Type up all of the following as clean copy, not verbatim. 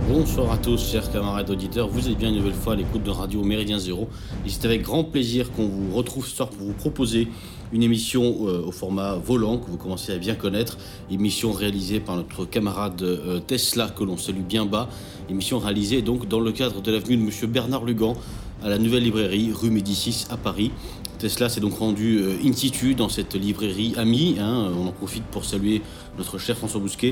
Bonsoir à tous, chers camarades auditeurs. Vous êtes bien une nouvelle fois à l'écoute de Radio Méridien Zéro. Et c'est avec grand plaisir qu'on vous retrouve ce soir pour vous proposer une émission au format volant que vous commencez à bien connaître. Émission réalisée par notre camarade Tesla, que l'on salue bien bas. Émission réalisée donc dans le cadre de l'avenue de Monsieur Bernard Lugan à la nouvelle librairie rue Médicis à Paris. Tesla s'est donc rendu in situ dans cette librairie amie. On en profite pour saluer notre cher François Bousquet,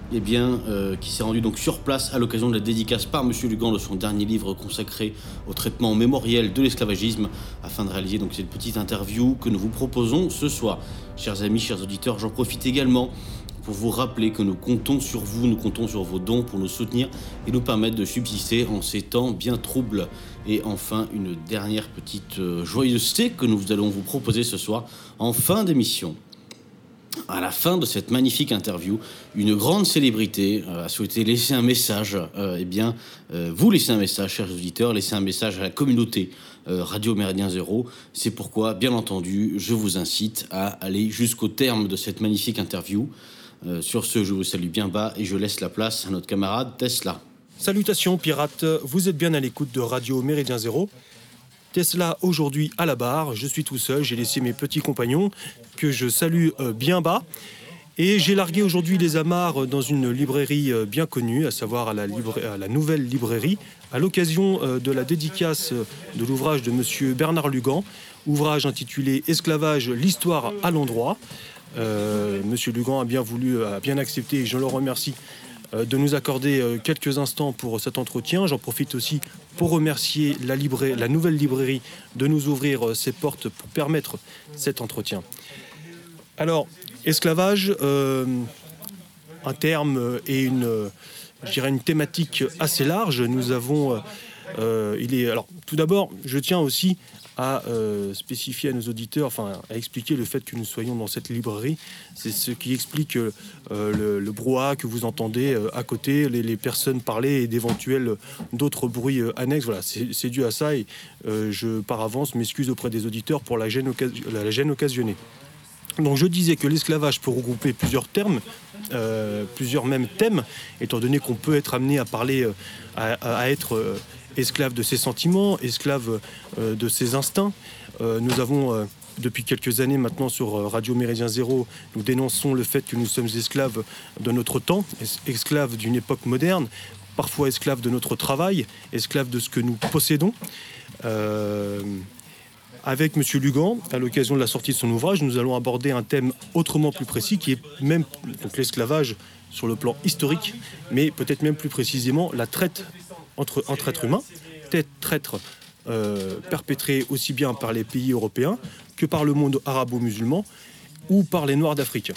qui s'est rendu donc sur place à l'occasion de la dédicace par Monsieur Lugan de son dernier livre consacré au traitement mémoriel de l'esclavagisme, afin de réaliser donc cette petite interview que nous vous proposons ce soir. Chers amis, chers auditeurs, j'en profite également pour vous rappeler que nous comptons sur vous, nous comptons sur vos dons pour nous soutenir et nous permettre de subsister en ces temps bien troubles. Et enfin, une dernière petite joyeuseté que nous allons vous proposer ce soir en fin d'émission. À la fin de cette magnifique interview, une grande célébrité a souhaité laisser un message. Vous laissez un message, chers auditeurs, laissez un message à la communauté Radio Méridien Zéro. C'est pourquoi, bien entendu, je vous incite à aller jusqu'au terme de cette magnifique interview. Sur ce, je vous salue bien bas et je laisse la place à notre camarade Tesla. Salutations pirates, vous êtes bien à l'écoute de Radio Méridien Zéro. Tesla aujourd'hui à la barre, je suis tout seul, j'ai laissé mes petits compagnons que je salue bien bas. Et j'ai largué aujourd'hui les amarres dans une librairie bien connue, à savoir à la nouvelle librairie, à l'occasion de la dédicace de l'ouvrage de Monsieur Bernard Lugan, ouvrage intitulé « Esclavage, l'histoire à l'endroit ». Monsieur Lugan a bien accepté, et je le remercie, de nous accorder quelques instants pour cet entretien. J'en profite aussi pour remercier la nouvelle librairie de nous ouvrir ses portes pour permettre cet entretien. Alors, esclavage, un terme et une thématique assez large. Nous avons... Alors, tout d'abord, je tiens aussi à spécifier à nos auditeurs, à expliquer le fait que nous soyons dans cette librairie. C'est ce qui explique le brouhaha que vous entendez à côté, les personnes parler et d'éventuels d'autres bruits annexes. Voilà, c'est dû à ça et je, par avance, m'excuse auprès des auditeurs pour la gêne occasionnée. Donc je disais que l'esclavage peut regrouper plusieurs termes, plusieurs mêmes thèmes, étant donné qu'on peut être amené à parler, à être... esclave de ses sentiments, esclave de ses instincts. Nous avons, depuis quelques années maintenant sur Radio Méridien Zéro, nous dénonçons le fait que nous sommes esclaves de notre temps, esclaves d'une époque moderne, parfois esclaves de notre travail, esclaves de ce que nous possédons. Avec M. Lugan, à l'occasion de la sortie de son ouvrage, nous allons aborder un thème autrement plus précis, qui est même donc l'esclavage sur le plan historique, mais peut-être même plus précisément la traite entre êtres humains, traite perpétrée aussi bien par les pays européens que par le monde arabo-musulman ou par les Noirs d'Afrique.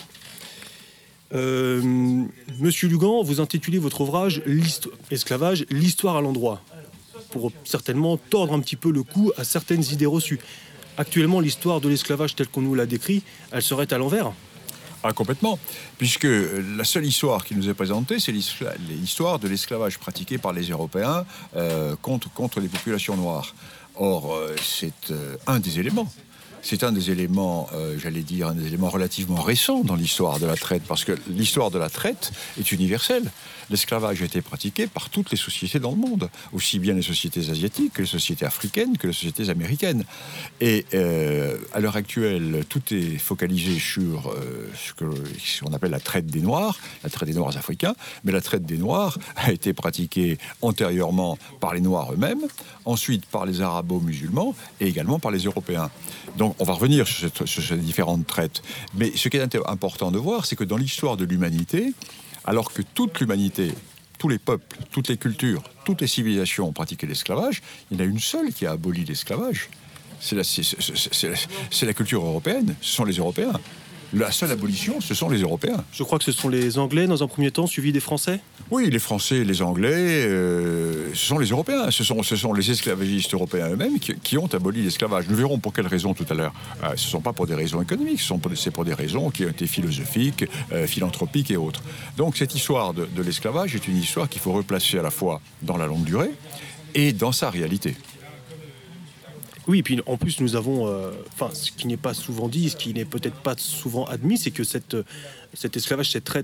Monsieur Lugan, vous intitulez votre ouvrage « Esclavage, l'histoire à l'endroit », pour certainement tordre un petit peu le cou à certaines idées reçues. Actuellement, l'histoire de l'esclavage telle qu'on nous l'a décrit, elle serait à l'envers. Ah, complètement, puisque la seule histoire qui nous est présentée, c'est l'histoire de l'esclavage pratiqué par les Européens contre les populations noires. Or, c'est un des éléments. C'est un des éléments, un des éléments relativement récents dans l'histoire de la traite, parce que l'histoire de la traite est universelle. L'esclavage a été pratiqué par toutes les sociétés dans le monde, aussi bien les sociétés asiatiques que les sociétés africaines, que les sociétés américaines. Et à l'heure actuelle, tout est focalisé sur ce qu'on appelle la traite des Noirs africains, mais la traite des Noirs a été pratiquée antérieurement par les Noirs eux-mêmes, ensuite par les Arabo-musulmans et également par les Européens. Donc on va revenir sur ces différentes traites. Mais ce qui est important de voir, c'est que dans l'histoire de l'humanité, alors que toute l'humanité, tous les peuples, toutes les cultures, toutes les civilisations ont pratiqué l'esclavage, il y en a une seule qui a aboli l'esclavage. C'est la culture européenne, ce sont les Européens. La seule abolition, ce sont les Européens. Je crois que ce sont les Anglais, dans un premier temps, suivis des Français. Oui, les Français, les Anglais, ce sont les Européens. Ce sont les esclavagistes européens eux-mêmes qui ont aboli l'esclavage. Nous verrons pour quelles raisons tout à l'heure. Ce ne sont pas pour des raisons économiques, c'est pour des raisons qui ont été philosophiques, philanthropiques et autres. Donc cette histoire de l'esclavage est une histoire qu'il faut replacer à la fois dans la longue durée et dans sa réalité. Oui, et puis en plus nous avons, ce qui n'est pas souvent dit, ce qui n'est peut-être pas souvent admis, c'est que cet esclavage, cette traite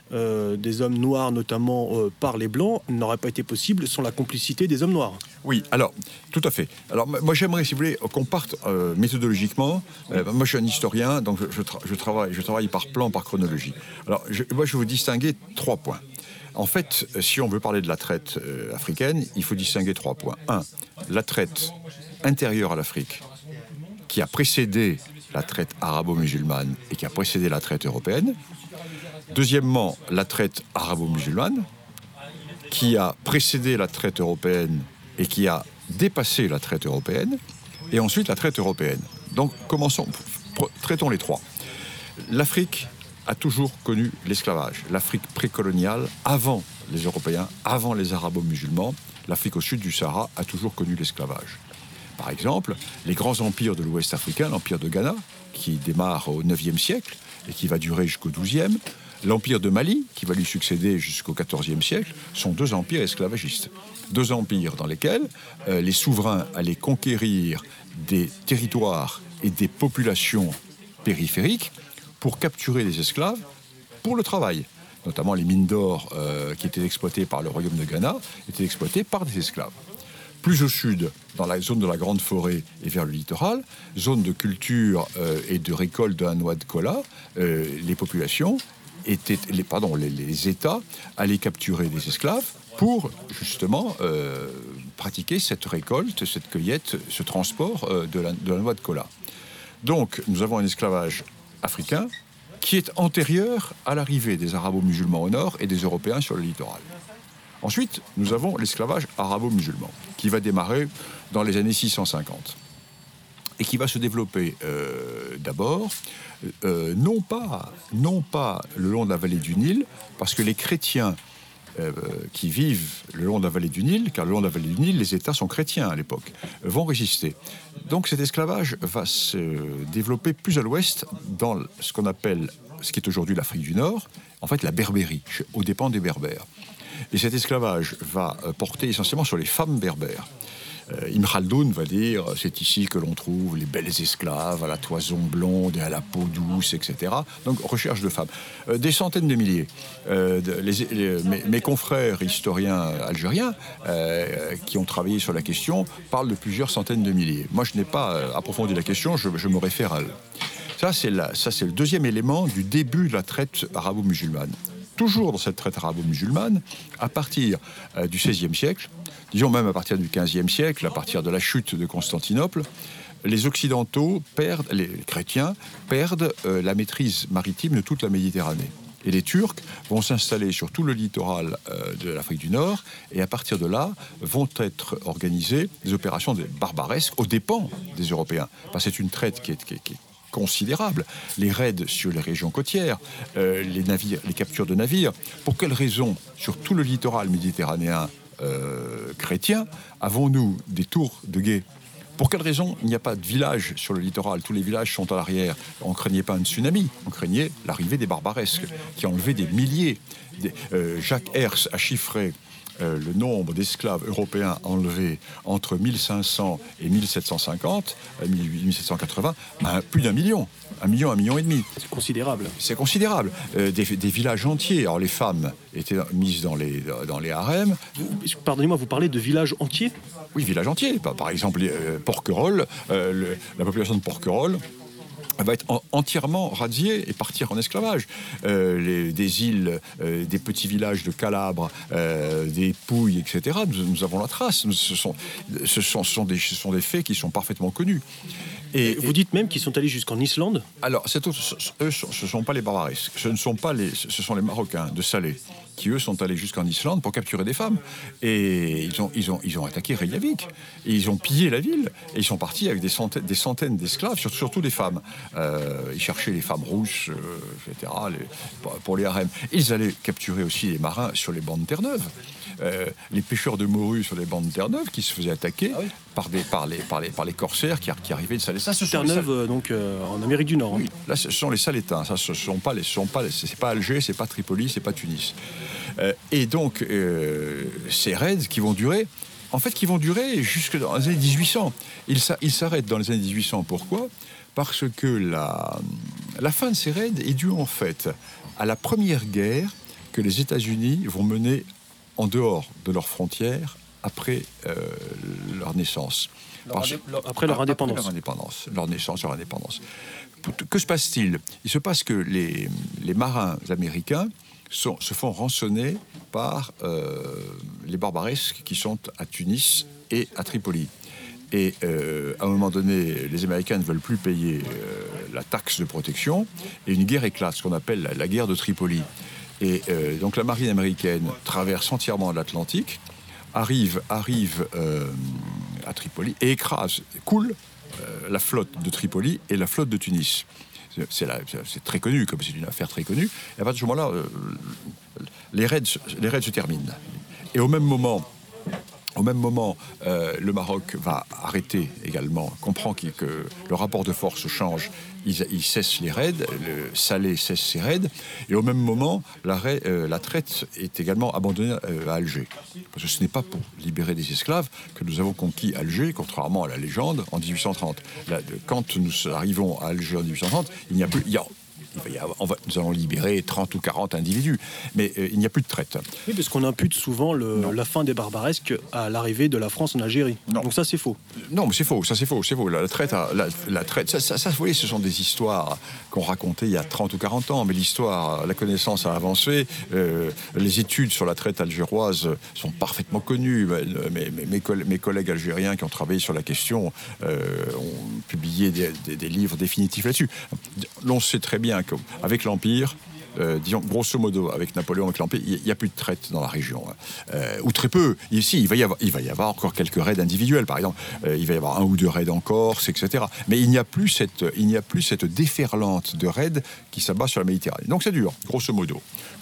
des hommes noirs, notamment par les Blancs, n'aurait pas été possible sans la complicité des hommes noirs. Oui, alors, tout à fait. Alors, moi, j'aimerais, si vous voulez, qu'on parte méthodologiquement. Moi, je suis un historien, donc je travaille par plan, par chronologie. Alors, moi, je vais vous distinguer 3 points. En fait, si on veut parler de la traite africaine, il faut distinguer 3 points. 1, la traite intérieure à l'Afrique, qui a précédé la traite arabo-musulmane et qui a précédé la traite européenne. Deuxièmement, la traite arabo-musulmane, qui a précédé la traite européenne et qui a dépassé la traite européenne. Et ensuite, la traite européenne. Donc, traitons les 3. L'Afrique a toujours connu l'esclavage. L'Afrique précoloniale, avant les Européens, avant les Arabo-musulmans, l'Afrique au sud du Sahara a toujours connu l'esclavage. Par exemple, les grands empires de l'Ouest africain, l'empire de Ghana, qui démarre au IXe siècle et qui va durer jusqu'au XIIe, l'empire de Mali, qui va lui succéder jusqu'au XIVe siècle, sont 2 empires esclavagistes. 2 empires dans lesquels les souverains allaient conquérir des territoires et des populations périphériques pour capturer des esclaves pour le travail. Notamment les mines d'or qui étaient exploitées par le royaume de Ghana étaient exploitées par des esclaves. Plus au sud, dans la zone de la Grande Forêt et vers le littoral, zone de culture et de récolte de la noix de cola, les populations les États allaient capturer des esclaves pour justement pratiquer cette récolte, cette cueillette, ce transport de la noix de cola. Donc nous avons un esclavage africain qui est antérieur à l'arrivée des Arabo-musulmans au nord et des Européens sur le littoral. Ensuite, nous avons l'esclavage arabo-musulman, qui va démarrer dans les années 650 et qui va se développer d'abord, non pas le long de la vallée du Nil, parce que les chrétiens qui vivent le long de la vallée du Nil, car le long de la vallée du Nil, les États sont chrétiens à l'époque, vont résister. Donc cet esclavage va se développer plus à l'ouest, dans ce qu'on appelle, ce qui est aujourd'hui l'Afrique du Nord, en fait la Berbérie, aux dépens des Berbères. Et cet esclavage va porter essentiellement sur les femmes berbères. Ibn Khaldoun va dire c'est ici que l'on trouve les belles esclaves à la toison blonde et à la peau douce, etc. Donc recherche de femmes. Des centaines de milliers. Mes confrères historiens algériens qui ont travaillé sur la question parlent de plusieurs centaines de milliers. Moi, je n'ai pas approfondi la question, je me réfère à eux. Ça, c'est le deuxième élément du début de la traite arabo-musulmane. Toujours dans cette traite arabo-musulmane, à partir du XVIe siècle, disons même à partir du XVe siècle, à partir de la chute de Constantinople, les Occidentaux les chrétiens perdent la maîtrise maritime de toute la Méditerranée. Et les Turcs vont s'installer sur tout le littoral de l'Afrique du Nord, et à partir de là, vont être organisées des opérations barbaresques aux dépens des Européens. Parce que c'est une traite qui est considérable. Les raids sur les régions côtières, les captures de navires. Pour quelles raisons, sur tout le littoral méditerranéen chrétien, avons-nous des tours de guet? Pour quelles raisons il n'y a pas de village sur le littoral? Tous les villages sont à l'arrière. On ne craignait pas un tsunami, on craignait l'arrivée des barbaresques, qui ont enlevé des milliers. Jacques Herse a chiffré le nombre d'esclaves européens enlevés entre 1500 et 1750, 1780, plus d'1 million. 1 million et demi. C'est considérable. C'est considérable. Des villages entiers. Alors les femmes étaient mises dans les harems. Pardonnez-moi, vous parlez de villages entiers? Oui, villages entiers. Par exemple, Porquerolles, la population de Porquerolles va être entièrement radiée et partir en esclavage. Des îles, des petits villages de Calabre, des Pouilles, etc., nous avons la trace. Ce sont des faits qui sont parfaitement connus. Et vous dites même qu'ils sont allés jusqu'en Islande? Alors, ce ne sont pas les barbaresques, ce sont les Marocains de Salé, qui eux sont allés jusqu'en Islande pour capturer des femmes. Et ils ont attaqué Reykjavik, et ils ont pillé la ville, et ils sont partis avec des centaines d'esclaves, surtout des femmes. Ils cherchaient les femmes rousses, etc., pour les harems. Ils allaient capturer aussi les marins sur les bancs de Terre-Neuve. Les pêcheurs de morue sur les bancs de Terre-Neuve qui se faisaient attaquer par les corsaires qui arrivaient de Salé. Ça, Terre-Neuve, donc en Amérique du Nord. Oui, là, ce sont les Salétains. Ça, c'est pas Alger, c'est pas Tripoli, c'est pas Tunis. Et donc, ces raids qui vont durer jusque dans les années 1800. Ils s'arrêtent dans les années 1800. Pourquoi? Parce que la fin de ces raids est due en fait à la première guerre que les États-Unis vont mener en dehors de leurs frontières après leur naissance. Après leur indépendance. Leur naissance, leur indépendance. Que se passe-t-il ? Il se passe que les marins américains se font rançonner par les barbaresques qui sont à Tunis et à Tripoli. Et à un moment donné, les Américains ne veulent plus payer la taxe de protection, et une guerre éclate, ce qu'on appelle la guerre de Tripoli. Et donc la marine américaine traverse entièrement l'Atlantique, arrive à Tripoli et coule la flotte de Tripoli et la flotte de Tunis. C'est très connu, comme c'est une affaire très connue. Et à partir de ce moment-là, les raids se terminent. Et au même moment, le Maroc va arrêter également, comprend que le rapport de force change, il cesse les raids, le Salé cesse ses raids, et au même moment, la traite est également abandonnée à Alger. Parce que ce n'est pas pour libérer des esclaves que nous avons conquis Alger, contrairement à la légende, en 1830. Quand nous arrivons à Alger en 1830, il n'y a plus... nous allons libérer 30 ou 40 individus, mais il n'y a plus de traite. Oui, parce qu'on impute souvent la fin des barbaresques à l'arrivée de la France en Algérie. Non. Donc ça, c'est faux. Non, mais c'est faux. La traite, ça, vous voyez, ce sont des histoires qu'on racontait il y a 30 ou 40 ans, mais la connaissance a avancé. Les études sur la traite algéroise sont parfaitement connues. Mes collègues algériens qui ont travaillé sur la question ont publié des livres définitifs là-dessus. On sait très bien qu'avec l'Empire, disons grosso modo, avec Napoléon, avec l'Empire, il n'y a plus de traite dans la région. Ou très peu. Ici, il va y avoir encore quelques raids individuels, par exemple. Il va y avoir 1 ou 2 raids en Corse, etc. Mais il n'y a plus cette déferlante de raids qui s'abat sur la Méditerranée. Donc ça dure, grosso modo,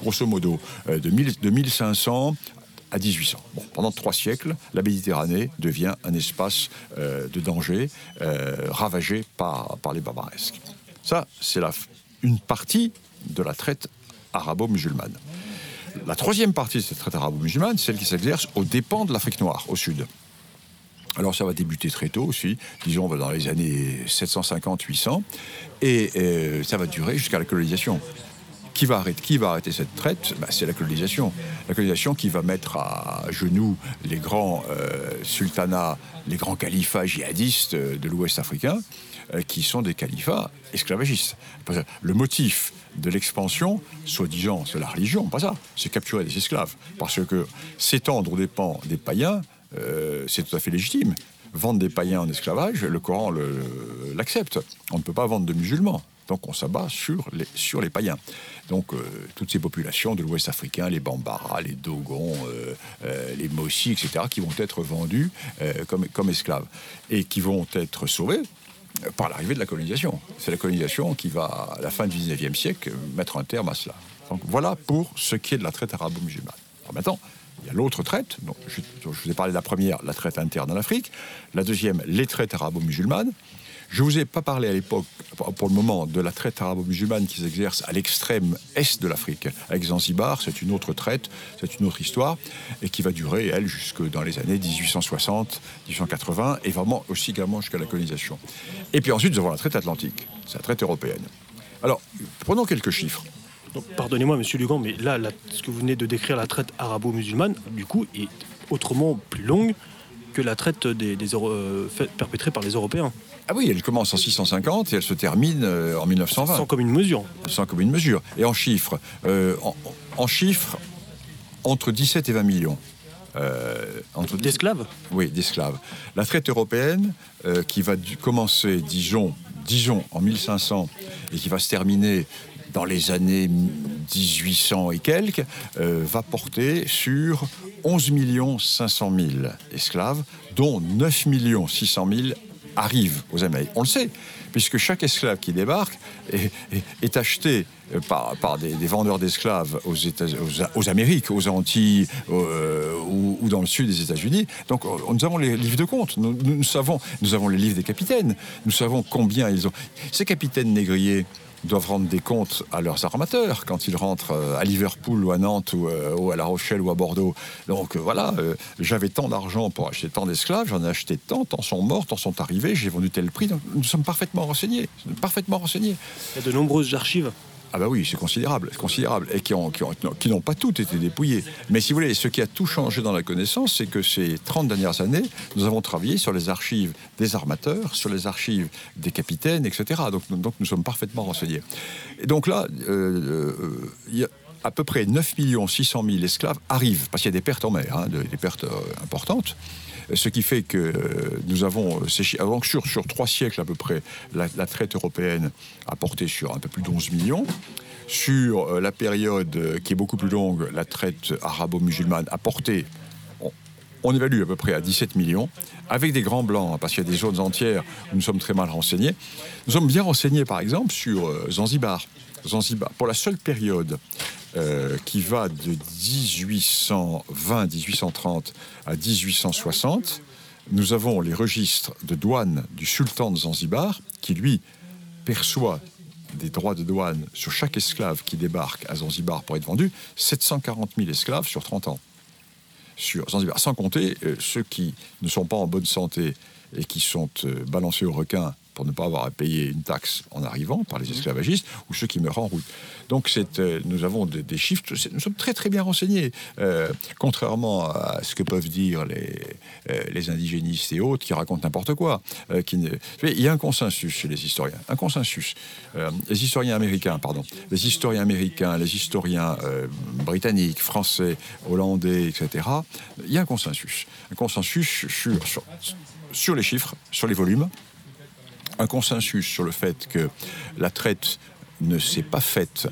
de 1500 à 1800. Bon, pendant 3 siècles, la Méditerranée devient un espace de danger ravagé par les barbaresques. Ça, c'est une partie de la traite arabo-musulmane. La troisième partie de cette traite arabo-musulmane, c'est celle qui s'exerce aux dépens de l'Afrique noire, au sud. Alors ça va débuter très tôt aussi, disons dans les années 750-800, et ça va durer jusqu'à la colonisation. Qui va arrêter cette traite ? C'est la colonisation. La colonisation qui va mettre à genoux les grands sultanats, les grands califats djihadistes de l'Ouest africain, qui sont des califats esclavagistes. Le motif de l'expansion, soi-disant, c'est la religion, pas ça, c'est capturer des esclaves. Parce que s'étendre aux dépens des païens, c'est tout à fait légitime. Vendre des païens en esclavage, le Coran l'accepte. On ne peut pas vendre de musulmans. Donc on s'abat sur les païens. Donc toutes ces populations de l'Ouest africain, les Bambara, les Dogons, les Mossi, etc., qui vont être vendus comme esclaves et qui vont être sauvés par l'arrivée de la colonisation. C'est la colonisation qui va, à la fin du XIXe siècle, mettre un terme à cela. Donc voilà pour ce qui est de la traite arabo-musulmane. Alors maintenant, il y a l'autre traite. Donc, je vous ai parlé de la première, la traite interne en Afrique. La deuxième, les traites arabo-musulmanes. Je ne vous ai pas parlé à l'époque, pour le moment, de la traite arabo-musulmane qui s'exerce à l'extrême est de l'Afrique. Avec Zanzibar, c'est une autre traite, c'est une autre histoire, et qui va durer, elle, jusque dans les années 1860, 1880, et vraiment aussi également jusqu'à la colonisation. Et puis ensuite, nous avons la traite atlantique, c'est la traite européenne. Alors, prenons quelques chiffres. Donc, pardonnez-moi, monsieur Lugan, mais là, ce que vous venez de décrire, la traite arabo-musulmane, du coup, est autrement plus longue que la traite perpétrée par les Européens. Ah oui, elle commence en 650 et elle se termine en 1920. Sans commune mesure. Sans commune mesure. Et en chiffres, entre 17 et 20 millions. D'esclaves ? Oui, d'esclaves. La traite européenne, qui va commencer, disons, en 1500 et qui va se terminer dans les années 1800 et quelques, va porter sur 11 500 000 esclaves, dont 9 600 000 arrivent aux Amériques. On le sait, puisque chaque esclave qui débarque est acheté par des vendeurs d'esclaves aux Amériques, aux Antilles ou dans le sud des États-Unis. Donc nous avons les livres de compte, nous avons les livres des capitaines, nous savons combien ils ont. Ces capitaines négriers doivent rendre des comptes à leurs armateurs quand ils rentrent à Liverpool ou à Nantes ou à La Rochelle ou à Bordeaux. Donc voilà, j'avais tant d'argent pour acheter tant d'esclaves, j'en ai acheté tant sont morts, tant sont arrivés, j'ai vendu tel prix. Donc nous sommes parfaitement renseignés. Il y a de nombreuses archives Ah bah oui, c'est considérable, et qui n'ont pas toutes été dépouillées. Mais si vous voulez, ce qui a tout changé dans la connaissance, c'est que ces 30 dernières années, nous avons travaillé sur les archives des armateurs, sur les archives des capitaines, etc. Donc nous sommes parfaitement renseignés. Et donc là, il y a à peu près 9 600 000 esclaves arrivent, parce qu'il y a des pertes en mer, des pertes importantes. Ce qui fait que nous avons, sur 3 siècles à peu près, la traite européenne a porté sur un peu plus d'11 millions. Sur la période qui est beaucoup plus longue, la traite arabo-musulmane a porté, on évalue à peu près à 17 millions, avec des grands blancs, parce qu'il y a des zones entières où nous sommes très mal renseignés. Nous sommes bien renseignés, par exemple, sur Zanzibar. Pour la seule période qui va de 1820-1830 à 1860, nous avons les registres de douane du sultan de Zanzibar, qui, lui, perçoit des droits de douane sur chaque esclave qui débarque à Zanzibar pour être vendu, 740 000 esclaves sur 30 ans. Sur Zanzibar, sans compter ceux qui ne sont pas en bonne santé et qui sont balancés au requin pour ne pas avoir à payer une taxe en arrivant par les esclavagistes, ou ceux qui meurent en route. Donc nous avons des chiffres, nous sommes très très bien renseignés, contrairement à ce que peuvent dire les indigénistes et autres qui racontent n'importe quoi. Il y a un consensus chez les historiens, les historiens américains, les historiens britanniques, français, hollandais, etc. Il y a un consensus sur les chiffres, sur les volumes, un consensus sur le fait que la traite ne s'est pas faite,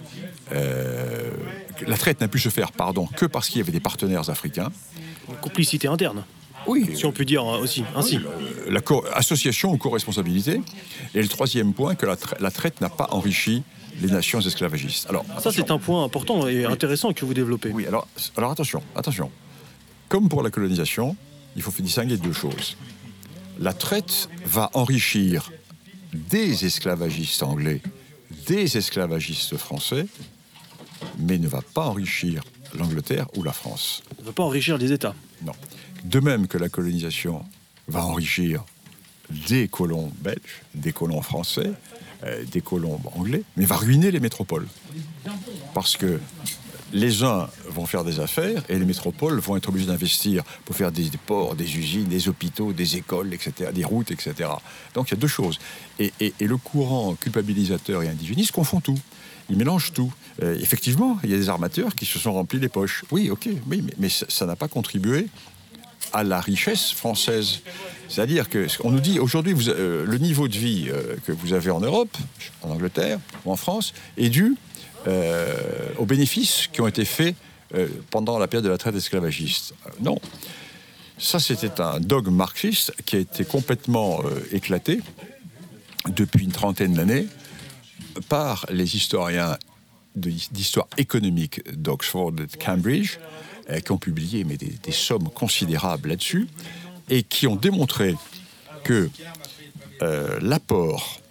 la traite n'a pu se faire, que parce qu'il y avait des partenaires africains. Une complicité interne. Oui. Si on peut dire aussi, ainsi. Association ou co-responsabilité. Et le troisième point, que la traite n'a pas enrichi les nations esclavagistes. Alors, ça, c'est un point important et intéressant que vous développez. Oui, alors attention. Comme pour la colonisation, il faut distinguer deux choses. La traite va enrichir des esclavagistes anglais, des esclavagistes français, mais ne va pas enrichir l'Angleterre ou la France. Ne va pas enrichir les États. Non. De même que la colonisation va enrichir des colons belges, des colons français, des colons anglais, mais va ruiner les métropoles. Parce que les uns vont faire des affaires et les métropoles vont être obligées d'investir pour faire des ports, des usines, des hôpitaux, des écoles, etc., des routes, etc. Donc il y a deux choses. Et le courant culpabilisateur et indigéniste confond tout. Il mélange tout. Effectivement, il y a des armateurs qui se sont remplis les poches. Oui, ok, oui, mais ça n'a pas contribué à la richesse française. C'est-à-dire qu'on nous dit aujourd'hui, le niveau de vie que vous avez en Europe, en Angleterre ou en France, est dû aux bénéfices qui ont été faits pendant la période de la traite esclavagiste. Non. Ça, c'était un dogme marxiste qui a été complètement éclaté depuis une trentaine d'années par les historiens d'histoire économique d'Oxford et de Cambridge, qui ont publié des sommes considérables là-dessus, et qui ont démontré que l'apport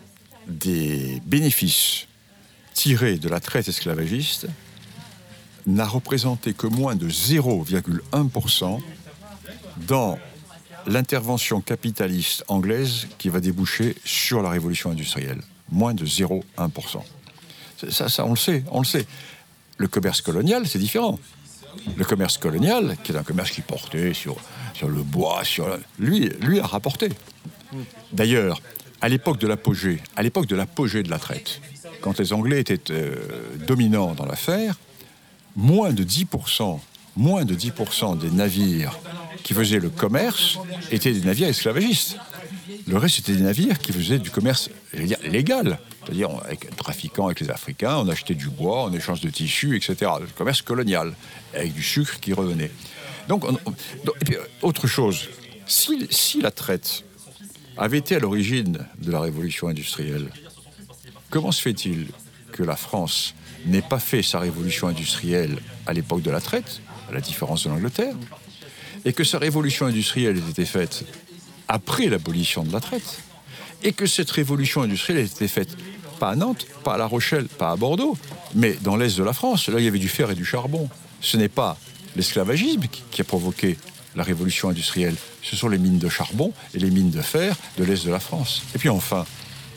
des bénéfices tirés de la traite esclavagiste n'a représenté que moins de 0,1% dans l'intervention capitaliste anglaise qui va déboucher sur la révolution industrielle. Moins de 0,1%. Ça, on le sait. Le commerce colonial, c'est différent. Le commerce colonial, qui est un commerce qui portait sur le bois, lui a rapporté. D'ailleurs, à l'époque de l'apogée de la traite, quand les Anglais étaient dominants dans l'affaire, moins de 10% des navires qui faisaient le commerce étaient des navires esclavagistes. Le reste, c'était des navires qui faisaient du commerce, légal. C'est-à-dire, trafiquant avec les Africains, on achetait du bois en échange de tissus, etc. Le commerce colonial, avec du sucre qui revenait. Donc, et puis, autre chose, si la traite avait été à l'origine de la révolution industrielle, comment se fait-il que la France n'ait pas fait sa révolution industrielle à l'époque de la traite, à la différence de l'Angleterre, et que sa révolution industrielle ait été faite après l'abolition de la traite, et que cette révolution industrielle ait été faite pas à Nantes, pas à La Rochelle, pas à Bordeaux, mais dans l'est de la France. Là, il y avait du fer et du charbon. Ce n'est pas l'esclavagisme qui a provoqué la révolution industrielle. Ce sont les mines de charbon et les mines de fer de l'est de la France. Et puis enfin,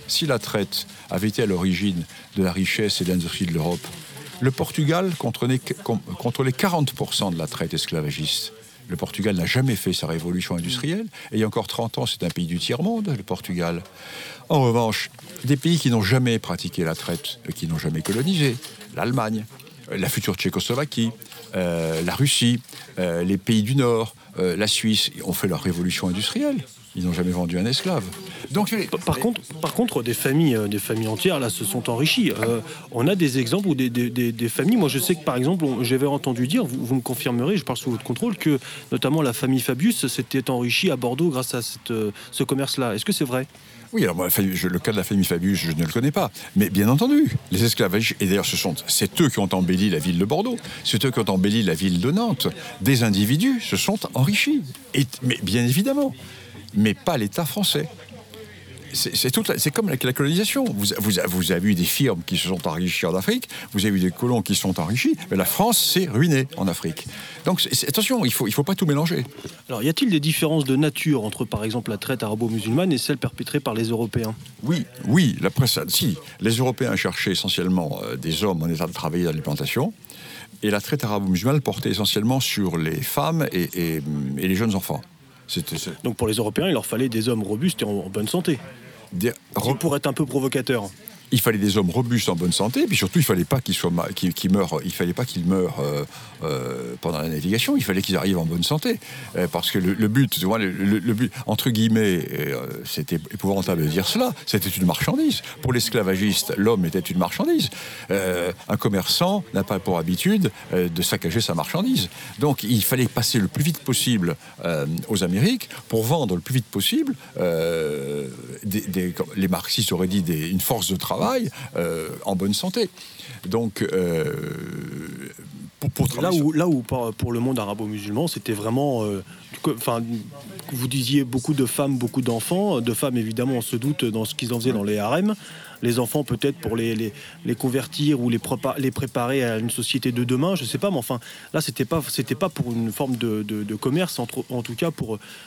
Si la traite avait été à l'origine de la richesse et de l'industrie de l'Europe, le Portugal contrôlait 40% de la traite esclavagiste. Le Portugal n'a jamais fait sa révolution industrielle. Et il y a encore 30 ans, c'est un pays du tiers-monde, le Portugal. En revanche, des pays qui n'ont jamais pratiqué la traite, qui n'ont jamais colonisé, l'Allemagne, la future Tchécoslovaquie, la Russie, les pays du Nord, la Suisse, ont fait leur révolution industrielle. Ils n'ont jamais vendu un esclave. Donc, par contre, des familles entières là se sont enrichies. On a des exemples où des familles. Moi, je sais que par exemple, j'avais entendu dire, vous me confirmerez, je parle sous votre contrôle, que notamment la famille Fabius s'était enrichie à Bordeaux grâce à ce commerce-là. Est-ce que c'est vrai ? Oui, alors moi, le cas de la famille Fabius, je ne le connais pas. Mais bien entendu, les esclavagistes, et d'ailleurs c'est eux qui ont embelli la ville de Bordeaux, c'est eux qui ont embelli la ville de Nantes. Des individus se sont enrichis. Mais bien évidemment. Mais pas l'État français. C'est comme avec la colonisation. Vous avez eu des firmes qui se sont enrichies en Afrique, vous avez eu des colons qui se sont enrichis, mais la France s'est ruinée en Afrique. Donc attention, il faut pas tout mélanger. Alors y a-t-il des différences de nature entre par exemple la traite arabo-musulmane et celle perpétrée par les Européens ? Oui, la presse, si. Les Européens cherchaient essentiellement des hommes en état de travailler dans les plantations, et la traite arabo-musulmane portait essentiellement sur les femmes et les jeunes enfants. Donc pour les Européens, il leur fallait des hommes robustes et en bonne santé. Pour être un peu provocateur. Il fallait des hommes robustes en bonne santé, et puis surtout, il ne fallait pas qu'ils meurent. Il fallait pas qu'ils meurent pendant la navigation. Il fallait qu'ils arrivent en bonne santé, parce que le but, le but entre guillemets, c'était épouvantable de dire cela. C'était une marchandise. Pour l'esclavagiste, l'homme était une marchandise. Un commerçant n'a pas pour habitude de saccager sa marchandise. Donc, il fallait passer le plus vite possible aux Amériques pour vendre le plus vite possible. Les marxistes auraient dit une force de travail en bonne santé. Donc, là où pour le monde arabo-musulman, c'était vraiment... vous disiez beaucoup de femmes, beaucoup d'enfants. De femmes, évidemment, on se doute dans ce qu'ils en faisaient dans les harems. Les enfants, peut-être pour les convertir ou les préparer à une société de demain, je ne sais pas. Mais enfin, là, c'était pas pour une forme de commerce, en tout cas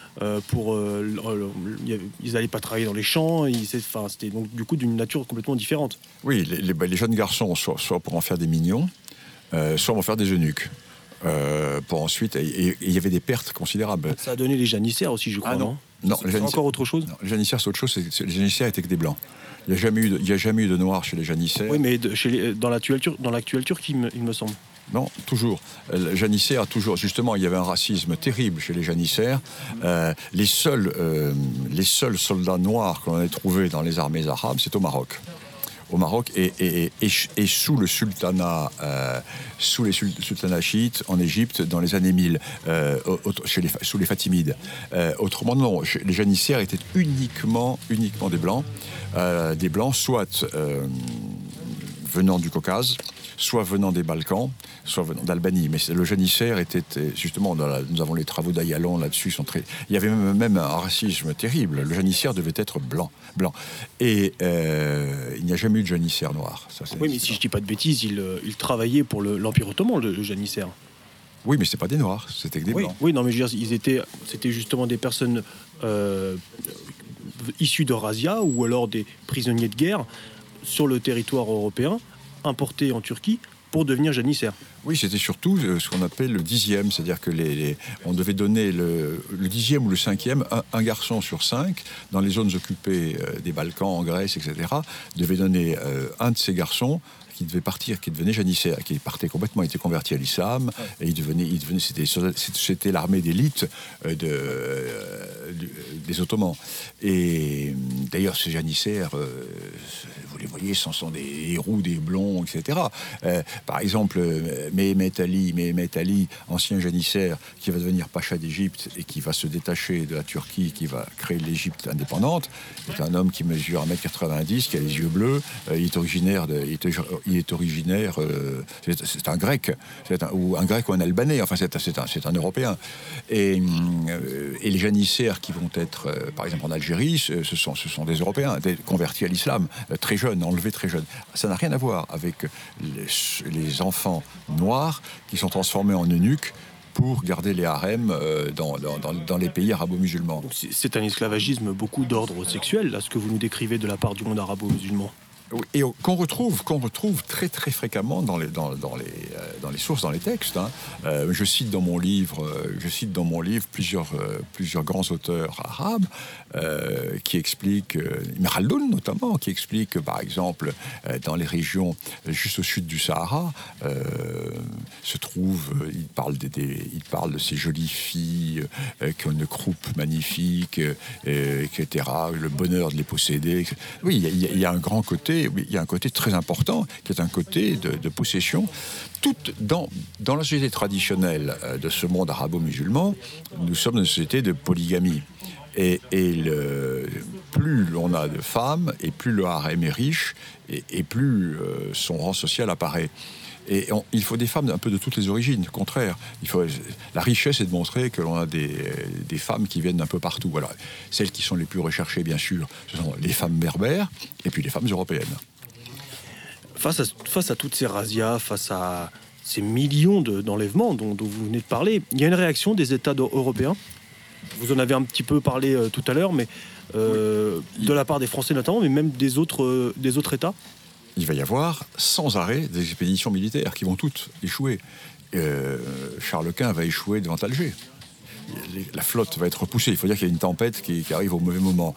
ils n'allaient pas travailler dans les champs. C'était donc du coup d'une nature complètement différente. Oui, les jeunes garçons, soit pour en faire des mignons, soit pour en faire des eunuques. Pour ensuite, et il y avait des pertes considérables. Ça a donné les janissaires aussi, je crois. Non, c'est encore autre chose. Non, les janissaires, c'est autre chose. Les janissaires étaient que des blancs. Il n'y a jamais eu de noirs chez les janissaires. Oui, mais dans l'actuelle Turquie, il me semble. Non, toujours. Le janissaire, toujours. Justement, il y avait un racisme terrible chez les janissaires. Les seuls soldats noirs qu'on ait trouvés dans les armées arabes, c'est au Maroc. Et sous le sultanat, sous les sultanats chiites en Égypte dans les années 1000, sous les Fatimides. Autrement, non, les janissaires étaient uniquement des blancs, soit venant du Caucase, soit venant des Balkans, soit venant d'Albanie. Mais le janissaire était justement, nous avons les travaux d'Ayalon là-dessus, il y avait même un racisme terrible. Le janissaire devait être blanc. Et il n'y a jamais eu de janissaire noir. Oui, mais si je ne dis pas de bêtises, il travaillait pour l'Empire ottoman, le janissaire. Oui, mais c'est pas des noirs, c'était que des blancs. Oui, non, mais je veux dire, c'était justement des personnes issus de Razia ou alors des prisonniers de guerre sur le territoire européen, importés en Turquie pour devenir janissaires. Oui, c'était surtout ce qu'on appelle le 10e, c'est-à-dire que on devait donner le 10e ou le 5e, un garçon sur 5, dans les zones occupées des Balkans, en Grèce, etc., devait donner un de ces garçons qui devait partir, qui devenait janissaire, qui partait complètement, il était converti à l'islam, et il devenait c'était l'armée d'élite des Ottomans. Et d'ailleurs, ces janissaires, vous les voyez, ce sont des héros, des blonds, etc. Par exemple, Mehmet Ali, ancien janissaire, qui va devenir pacha d'Égypte et qui va se détacher de la Turquie, qui va créer l'Égypte indépendante, est un homme qui mesure 1m90, qui a les yeux bleus, il est originaire c'est un grec, ou un grec ou un albanais, enfin c'est un européen. Et les janissaires qui vont être, par exemple en Algérie, ce sont des Européens, convertis à l'islam, très jeunes, enlevés très jeunes. Ça n'a rien à voir avec les enfants noirs qui sont transformés en eunuques pour garder les harems dans les pays arabo-musulmans. Donc c'est un esclavagisme beaucoup d'ordre sexuel, là, ce que vous nous décrivez de la part du monde arabo-musulman. Et qu'on retrouve très très fréquemment dans les sources, dans les textes. Je cite dans mon livre plusieurs grands auteurs arabes qui expliquent, Ibn Khaldoun notamment, qui explique que par exemple dans les régions juste au sud du Sahara il parle de ces jolies filles qui ont une croupe magnifique, etc. Le bonheur de les posséder. Oui, il y a un grand côté. Il y a un côté très important qui est un côté de possession. Tout dans la société traditionnelle de ce monde arabo-musulman, nous sommes dans une société de polygamie. Et plus on a de femmes, et plus le harem est riche, et plus son rang social apparaît. Et il faut des femmes un peu de toutes les origines. Au contraire, la richesse est de montrer que l'on a des femmes qui viennent d'un peu partout. Voilà. Celles qui sont les plus recherchées, bien sûr, ce sont les femmes berbères et puis les femmes européennes. Face à toutes ces razzias, face à ces millions d'enlèvements dont vous venez de parler, il y a une réaction des États européens. Vous en avez un petit peu parlé tout à l'heure, mais de la part des Français notamment, mais même des autres États. Il va y avoir sans arrêt des expéditions militaires qui vont toutes échouer. Charles Quint va échouer devant Alger. La flotte va être repoussée. Il faut dire qu'il y a une tempête qui arrive au mauvais moment.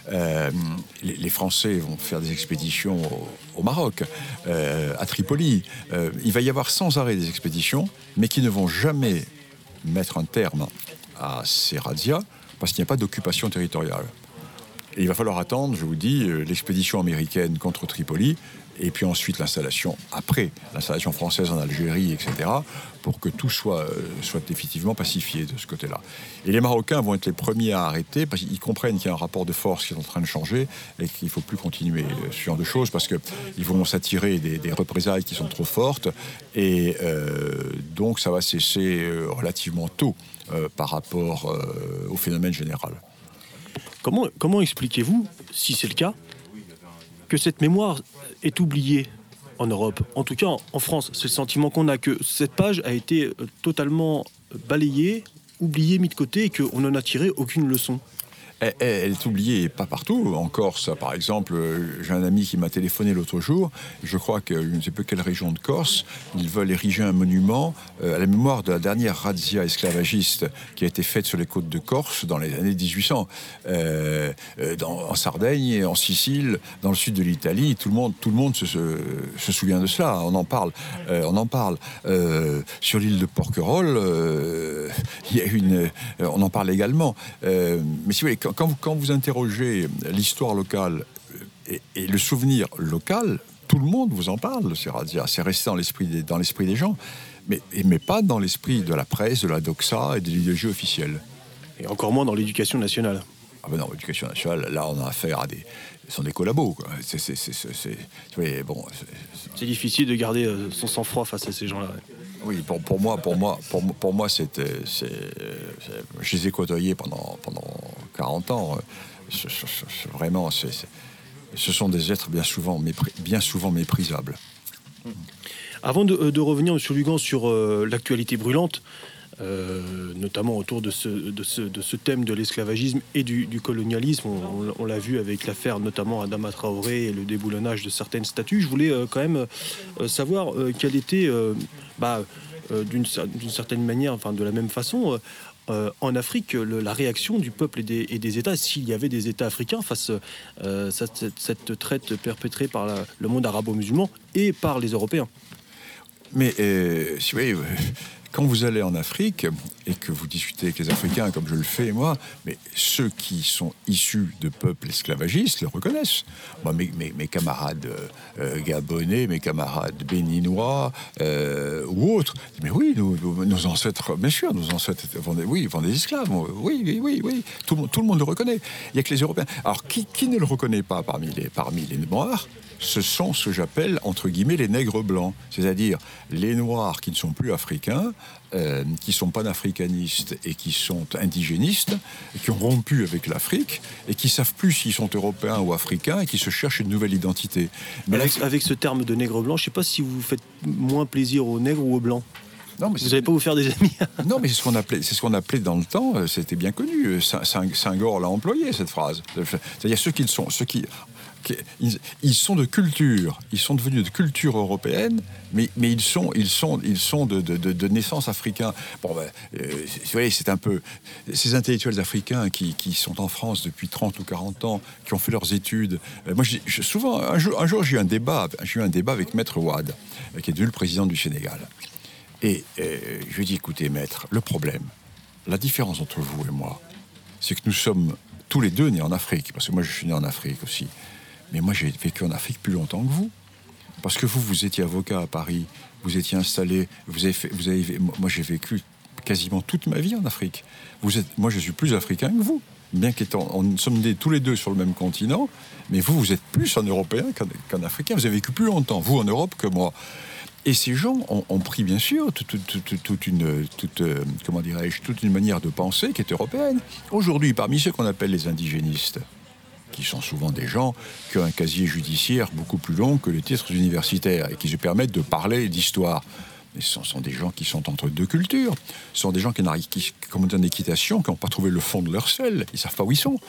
Les Français vont faire des expéditions au Maroc, à Tripoli. Il va y avoir sans arrêt des expéditions, mais qui ne vont jamais mettre un terme à ces razzias parce qu'il n'y a pas d'occupation territoriale. Et il va falloir attendre, je vous dis, l'expédition américaine contre Tripoli, et puis ensuite l'installation française en Algérie, etc., pour que tout soit effectivement pacifié de ce côté-là. Et les Marocains vont être les premiers à arrêter, parce qu'ils comprennent qu'il y a un rapport de force qui est en train de changer, et qu'il ne faut plus continuer ce genre de choses, parce qu'ils vont s'attirer des représailles qui sont trop fortes, et donc ça va cesser relativement tôt par rapport au phénomène général. Comment expliquez-vous, si c'est le cas, que cette mémoire est oubliée en Europe? En tout cas, en France, c'est le sentiment qu'on a, que cette page a été totalement balayée, oubliée, mise de côté, et qu'on n'en a tiré aucune leçon. Elle est oubliée, pas partout. En Corse, par exemple, j'ai un ami qui m'a téléphoné l'autre jour. Je crois que je ne sais plus quelle région de Corse, ils veulent ériger un monument à la mémoire de la dernière razzia esclavagiste qui a été faite sur les côtes de Corse dans les années 1800. En Sardaigne, en Sicile, dans le sud de l'Italie, tout le monde se souvient de cela. On en parle. Sur l'île de Porquerolles, on en parle également. Mais si vous voulez, quand vous interrogez l'histoire locale et le souvenir local, tout le monde vous en parle de ces razzias. C'est resté dans l'esprit des gens, mais pas dans l'esprit de la presse, de la doxa et de l'idéologie officielle. Et encore moins dans l'éducation nationale. Ah ben non, l'éducation nationale, là on a affaire à ce sont des collabos, quoi. C'est difficile de garder son sang-froid face à ces gens-là. Oui, pour moi, je les ai côtoyés pendant 40 ans. Vraiment, ce sont des êtres bien souvent méprisables. Avant de revenir, M. Lugan, sur l'actualité brûlante, notamment autour de ce thème de l'esclavagisme et du colonialisme, on l'a vu avec l'affaire notamment Adama Traoré et le déboulonnage de certaines statues, je voulais quand même savoir quelle était... d'une certaine manière, enfin de la même façon, en Afrique, la réaction du peuple et des États, s'il y avait des États africains face à cette traite perpétrée par le monde arabo-musulman et par les Européens. Mais si vous voyez, quand vous allez en Afrique et que vous discutez avec les Africains, comme je le fais moi, mais ceux qui sont issus de peuples esclavagistes le reconnaissent. Moi, mes camarades gabonais, mes camarades béninois ou autres, mais oui, nos ancêtres, bien sûr, nos ancêtres vendaient des esclaves. Oui. Tout le monde le reconnaît. Il n'y a que les Européens. Alors, qui ne le reconnaît pas parmi les Noirs? Ce sont ce que j'appelle, entre guillemets, les nègres blancs. C'est-à-dire les Noirs qui ne sont plus africains, qui sont panafricanistes et qui sont indigénistes, et qui ont rompu avec l'Afrique, et qui ne savent plus s'ils sont européens ou africains, et qui se cherchent une nouvelle identité. Mais avec ce terme de nègre blanc, je ne sais pas si vous faites moins plaisir aux nègres ou aux blancs. Non, mais vous n'allez pas vous faire des amis. Non, mais c'est ce qu'on appelait dans le temps, c'était bien connu. Senghor l'a employé, cette phrase. C'est-à-dire ceux qui sont, ils sont de culture, ils sont devenus de culture européenne, mais ils sont de naissance africain. Bon, vous voyez, c'est un peu ces intellectuels africains qui sont en France depuis 30 ou 40 ans, qui ont fait leurs études. Moi, souvent, un jour, j'ai eu un débat avec Maître Wade, qui est devenu le président du Sénégal. Et je lui ai dit, écoutez, maître, le problème, la différence entre vous et moi, c'est que nous sommes tous les deux nés en Afrique, parce que moi, je suis né en Afrique aussi. Mais moi, j'ai vécu en Afrique plus longtemps que vous. Parce que vous étiez avocat à Paris, vous étiez installé, moi, j'ai vécu quasiment toute ma vie en Afrique. Moi, je suis plus africain que vous. Bien nous sommes nés tous les deux sur le même continent, mais vous êtes plus un Européen qu'un Africain. Vous avez vécu plus longtemps, vous, en Europe, que moi. Et ces gens ont pris, bien sûr, toute une manière de penser qui est européenne. Aujourd'hui, parmi ceux qu'on appelle les indigénistes, qui sont souvent des gens qui ont un casier judiciaire beaucoup plus long que les titres universitaires et qui se permettent de parler d'histoire. Mais ce sont des gens qui sont entre deux cultures. Ce sont des gens qui comme en équitation, qui n'ont pas trouvé le fond de leur sel. Ils ne savent pas où ils sont.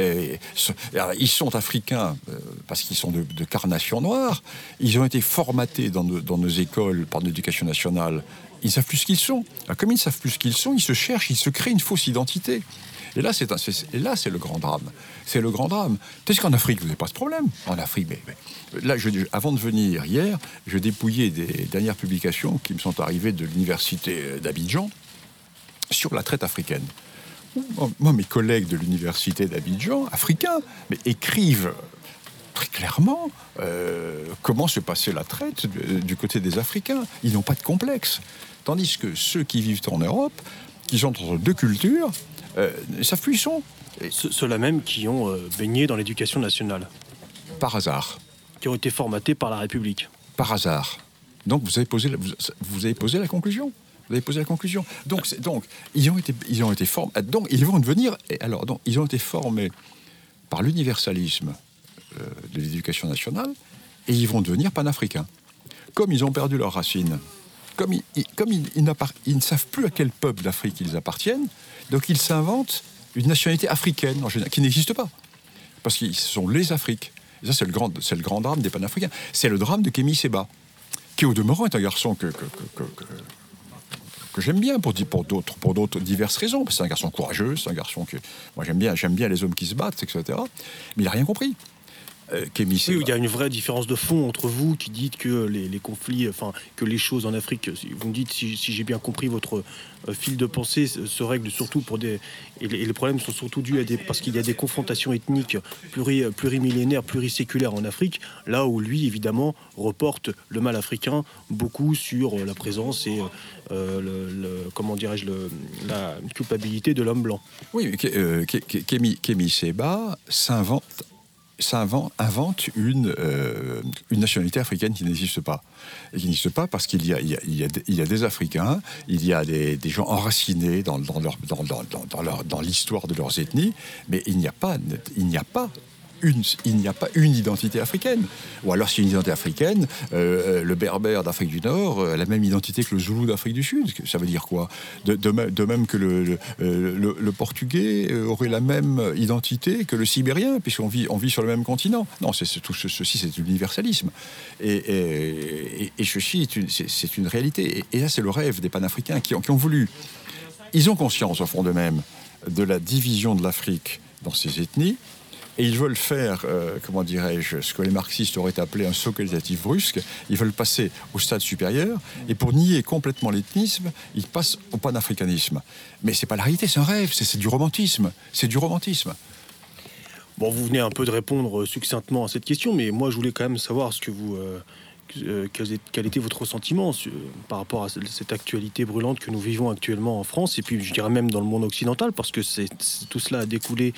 Ils sont africains parce qu'ils sont de carnation noire. Ils ont été formatés dans nos écoles par l'éducation nationale. Ils ne savent plus ce qu'ils sont. Alors, comme ils ne savent plus ce qu'ils sont, ils se cherchent, ils se créent une fausse identité. Et là, c'est le grand drame. C'est le grand drame. Peut-être qu'en Afrique, vous n'avez pas ce problème. En Afrique, mais là, avant de venir hier, je dépouillais des dernières publications qui me sont arrivées de l'université d'Abidjan sur la traite africaine. Moi, mes collègues de l'université d'Abidjan, africains, mais écrivent très clairement comment se passait la traite du côté des Africains. Ils n'ont pas de complexe. Tandis que ceux qui vivent en Europe, qui sont entre deux cultures, ne savent plus où ils sont. Ceux-là même qui ont baigné dans l'éducation nationale. Par hasard. Qui ont été formatés par la République. Par hasard. Donc vous avez posé la conclusion. Vous avez posé la conclusion. Donc ils ont été formés. Donc ils vont devenir. Donc ils ont été formés par l'universalisme de l'éducation nationale et ils vont devenir panafricains. Comme ils ont perdu leurs racines. Comme ils ne savent plus à quel peuple d'Afrique ils appartiennent, donc ils s'inventent une nationalité africaine en général, qui n'existe pas. Parce qu'ils sont les Afriques. Et ça, c'est le grand drame des panafricains. C'est le drame de Kémy Séba, qui au demeurant est un garçon que j'aime bien pour d'autres diverses raisons. Parce que c'est un garçon courageux, c'est un garçon que... Moi, j'aime bien les hommes qui se battent, etc. Mais il n'a rien compris. Oui, il y a une vraie différence de fond entre vous qui dites que les conflits, enfin que les choses en Afrique, vous me dites si j'ai bien compris votre fil de pensée, se règlent surtout pour des et les problèmes sont surtout dus parce qu'il y a des confrontations ethniques plurimillénaires, pluriséculaires en Afrique, là où lui évidemment reporte le mal africain beaucoup sur la présence et comment dirais-je la culpabilité de l'homme blanc. Oui, Kémy Séba invente une nationalité africaine qui n'existe pas. Et qui n'existe pas parce qu'il y a des Africains, il y a des gens enracinés dans l'histoire de leurs ethnies, mais il n'y a pas une identité africaine. Ou alors, si une identité africaine, le berbère d'Afrique du Nord a la même identité que le zoulou d'Afrique du Sud. Ça veut dire quoi ? De même que le portugais aurait la même identité que le sibérien, puisqu'on vit sur le même continent. Non, ceci, c'est l'universalisme. Et ceci, c'est une réalité. Et là, c'est le rêve des panafricains qui ont voulu... Ils ont conscience, au fond d'eux-mêmes, de la division de l'Afrique dans ses ethnies. Et ils veulent faire, ce que les marxistes auraient appelé un saut qualitatif brusque. Ils veulent passer au stade supérieur. Et pour nier complètement l'ethnisme, ils passent au panafricanisme. Mais c'est pas la réalité, c'est un rêve, c'est du romantisme. C'est du romantisme. Bon, vous venez un peu de répondre succinctement à cette question, mais moi, je voulais quand même savoir ce que vous... quel était votre ressentiment par rapport à cette actualité brûlante que nous vivons actuellement en France et puis je dirais même dans le monde occidental parce que tout cela a découlé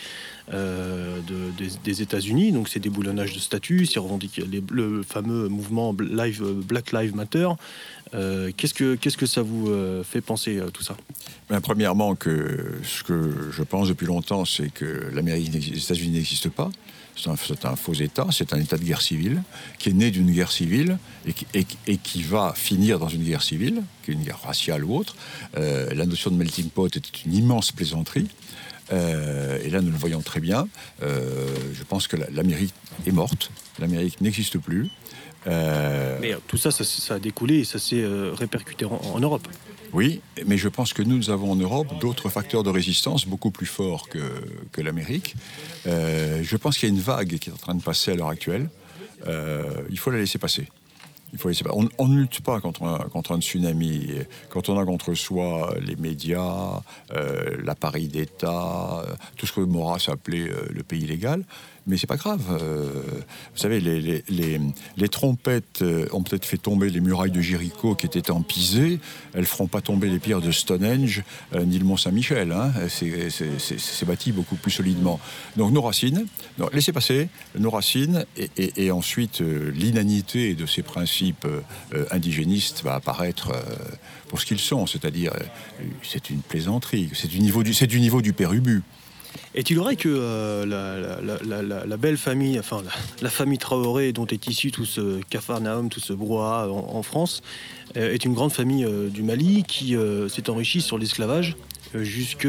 des États-Unis, donc c'est des boulonnages de statut, c'est revendiqué le fameux mouvement Black Lives Matter, Qu'est-ce que ça vous fait penser, tout ça ? Premièrement, ce que je pense depuis longtemps, c'est que les États-Unis n'existent pas. C'est un faux État, c'est un État de guerre civile, qui est né d'une guerre civile et qui va finir dans une guerre civile, qui est une guerre raciale ou autre. La notion de melting pot était une immense plaisanterie. Et là, nous le voyons très bien. Je pense que l'Amérique est morte. L'Amérique n'existe plus. Mais tout ça a découlé et ça s'est répercuté en Europe. Oui, mais je pense que nous avons en Europe d'autres facteurs de résistance beaucoup plus forts que l'Amérique. Je pense qu'il y a une vague qui est en train de passer à l'heure actuelle. Il faut la laisser passer. On ne lutte pas contre un tsunami. Quand on a contre soi les médias, l'appareil d'État, tout ce que Maurras appelait le pays légal, mais c'est pas grave. Vous savez, les trompettes ont peut-être fait tomber les murailles de Jéricho qui étaient en pisé. Elles feront pas tomber les pierres de Stonehenge ni le Mont Saint-Michel. Hein. C'est bâti beaucoup plus solidement. Donc nos racines, laissez passer nos racines, et ensuite l'inanité de ces principes indigénistes va apparaître pour ce qu'ils sont, c'est-à-dire c'est une plaisanterie, c'est du niveau du père Ubu. Est-il vrai que la belle famille, enfin la famille Traoré dont est issu tout ce Capharnaüm, tout ce brouhaha en France, est une grande famille du Mali qui s'est enrichie sur l'esclavage jusque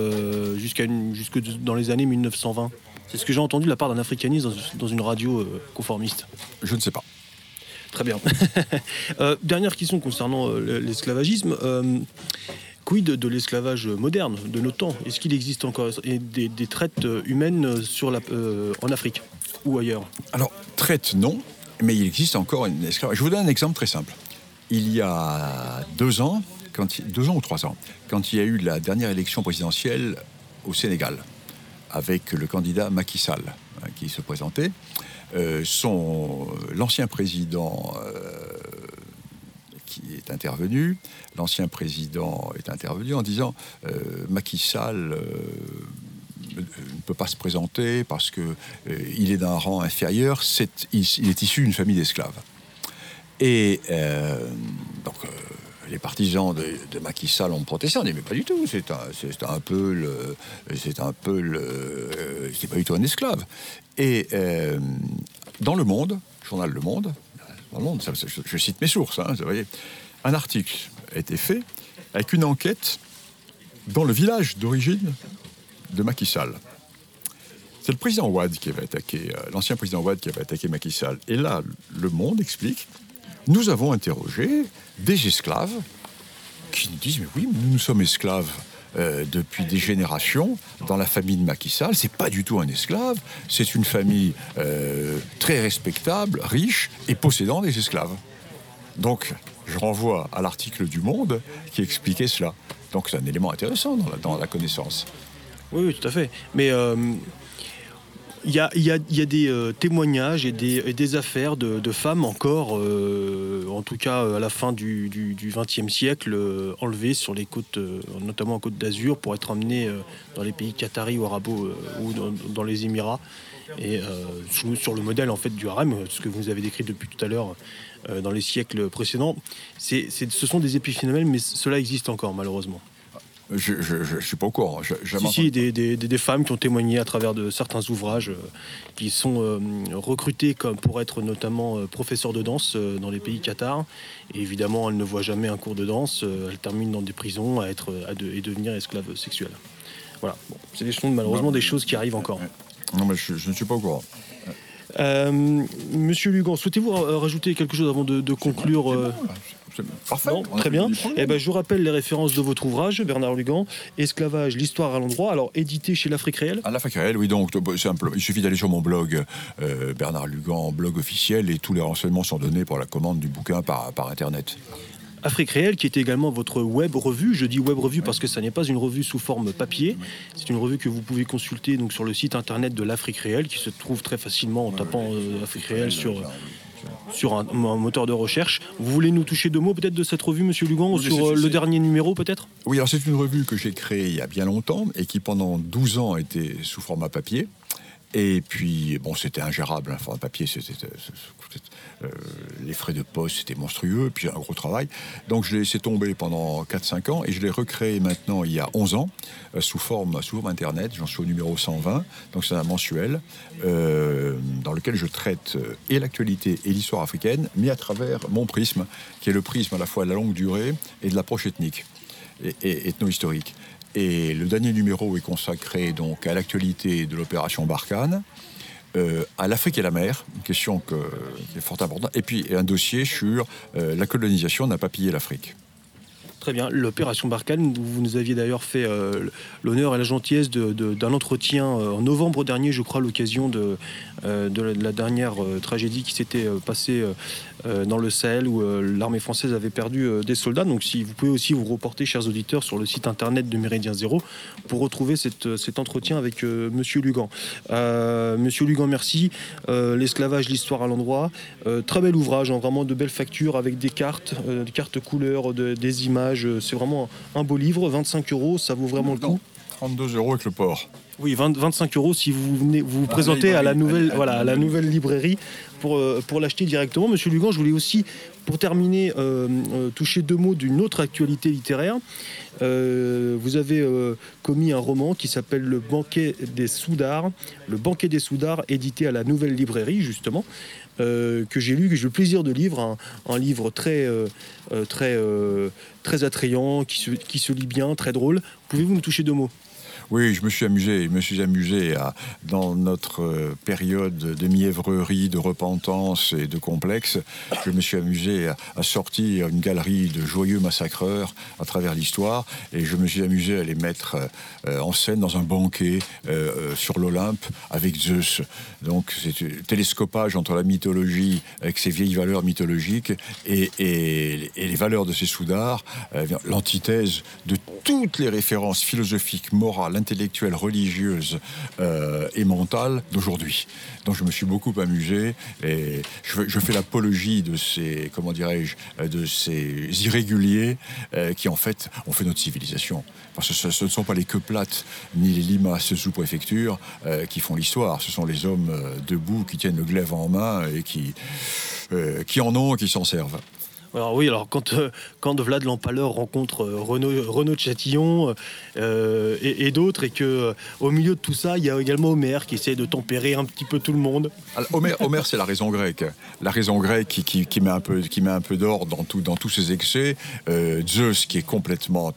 dans les années 1920 ? C'est ce que j'ai entendu de la part d'un africaniste dans une radio conformiste. Je ne sais pas. Très bien. Dernière question concernant l'esclavagisme. Quid de l'esclavage moderne, de nos temps ? Est-ce qu'il existe encore des traites humaines en Afrique ou ailleurs ? Alors, traite, non, mais il existe encore une esclavage. Je vous donne un exemple très simple. Il y a 2 ans ou 3 ans, quand il y a eu la dernière élection présidentielle au Sénégal, avec le candidat Macky Sall qui se présentait, l'ancien président qui est intervenu, en disant Macky Sall ne peut pas se présenter parce qu'il est d'un rang inférieur, il est issu d'une famille d'esclaves. Et donc les partisans de Macky Sall ont protesté, on dit mais pas du tout, c'est pas du tout un esclave. Et dans Le Monde, journal Le Monde, je cite mes sources, hein, vous voyez, un article a été fait avec une enquête dans le village d'origine de Macky Sall. C'est le président Ouad qui avait attaqué, l'ancien président Ouad qui avait attaqué Macky Sall. Et là, Le Monde explique, nous avons interrogé des esclaves qui nous disent, mais oui, nous sommes esclaves depuis des générations dans la famille de Macky Sall. C'est pas du tout un esclave, c'est une famille très respectable, riche et possédant des esclaves. Donc, je renvoie à l'article du Monde qui expliquait cela. Donc, c'est un élément intéressant dans la connaissance. Oui, tout à fait. Mais il y a des témoignages et des affaires de femmes encore, en tout cas à la fin du XXe siècle, enlevées sur les côtes, notamment en Côte d'Azur, pour être emmenées dans les pays qataris ou arabos ou dans les Émirats. Et sur le modèle en fait du harem, ce que vous avez décrit depuis tout à l'heure dans les siècles précédents, ce sont des épiphénomènes, mais cela existe encore malheureusement. Je suis pas au courant. Des femmes qui ont témoigné à travers de certains ouvrages qui sont recrutées comme pour être notamment professeurs de danse dans les pays Qatar. Et évidemment, elles ne voient jamais un cours de danse. Elles terminent dans des prisons et devenir esclaves sexuelles. Voilà. Bon, c'est malheureusement des choses qui arrivent encore. Non, mais je ne suis pas au courant. Monsieur Lugan, souhaitez-vous rajouter quelque chose avant de conclure Parfait. Non, très bien. Je vous rappelle les références de votre ouvrage, Bernard Lugan, Esclavage, l'histoire à l'endroit, alors édité chez l'Afrique réelle. À l'Afrique réelle, oui, donc il suffit d'aller sur mon blog, Bernard Lugan, blog officiel, et tous les renseignements sont donnés pour la commande du bouquin par Internet. Afrique réelle, qui est également votre web revue. Je dis web revue parce que ça n'est pas une revue sous forme papier. C'est une revue que vous pouvez consulter donc, sur le site internet de l'Afrique réelle, qui se trouve très facilement en tapant Afrique réelle sur un moteur de recherche. Vous voulez nous toucher 2 mots peut-être de cette revue, Monsieur Lugan, sur le dernier numéro peut-être ? Oui, alors c'est une revue que j'ai créée il y a bien longtemps et qui pendant 12 ans était sous format papier. Et puis, bon, c'était ingérable, un papier, les frais de poste, c'était monstrueux, puis un gros travail. Donc je l'ai laissé tomber pendant 4-5 ans, et je l'ai recréé maintenant, il y a 11 ans, sous forme Internet. J'en suis au numéro 120, donc c'est un mensuel, dans lequel je traite et l'actualité et l'histoire africaine, mais à travers mon prisme, qui est le prisme à la fois de la longue durée et de l'approche ethnique et ethno-historique. Et le dernier numéro est consacré donc à l'actualité de l'opération Barkhane, à l'Afrique et la mer, une question qui est fort importante, et puis un dossier sur la colonisation n'a pas pillé l'Afrique. Très bien. L'opération Barkhane, vous nous aviez d'ailleurs fait l'honneur et la gentillesse d'un entretien en novembre dernier, je crois, à l'occasion de la dernière tragédie qui s'était passée dans le Sahel, où l'armée française avait perdu des soldats. Donc si vous pouvez aussi vous reporter, chers auditeurs, sur le site internet de Méridien Zéro pour retrouver cet entretien avec Monsieur Lugan. Monsieur Lugan, merci. L'esclavage, l'histoire à l'endroit. Très bel ouvrage, hein, vraiment de belles factures avec des cartes couleurs, des images. C'est vraiment un beau livre. 25 €, ça vaut vraiment le coup. 32 € avec le port. Oui, 25 € si vous venez vous présenter à la nouvelle librairie pour l'acheter directement. Monsieur Lugan, je voulais aussi, pour terminer, toucher 2 mots d'une autre actualité littéraire. Vous avez commis un roman qui s'appelle Le Banquet des Soudards, édité à la nouvelle librairie, justement, que j'ai lu, que j'ai eu le plaisir de lire, un livre très attrayant, qui se lit bien, très drôle. Pouvez-vous nous toucher 2 mots ? Oui, je me suis amusé dans notre période de mièvrerie, de repentance et de complexe, je me suis amusé à sortir une galerie de joyeux massacreurs à travers l'histoire, et je me suis amusé à les mettre en scène dans un banquet sur l'Olympe avec Zeus. Donc c'est un télescopage entre la mythologie avec ses vieilles valeurs mythologiques et les valeurs de ces soudards, l'antithèse de toutes les références philosophiques, morales, intellectuelle, religieuse et mentale d'aujourd'hui. Donc je me suis beaucoup amusé, et je fais l'apologie de ces, de ces irréguliers qui en fait ont fait notre civilisation. Parce que ce ne sont pas les queues plates ni les limaces sous-préfecture qui font l'histoire. Ce sont les hommes debout qui tiennent le glaive en main et qui en ont et qui s'en servent. Alors oui, quand Vlad l'Empaleur rencontre Renaud de Châtillon et d'autres, et que au milieu de tout ça, il y a également Homère qui essaie de tempérer un petit peu tout le monde. Alors, Homère, c'est la raison grecque. La raison grecque qui met un peu d'ordre dans tous ses excès. Zeus qui est complètement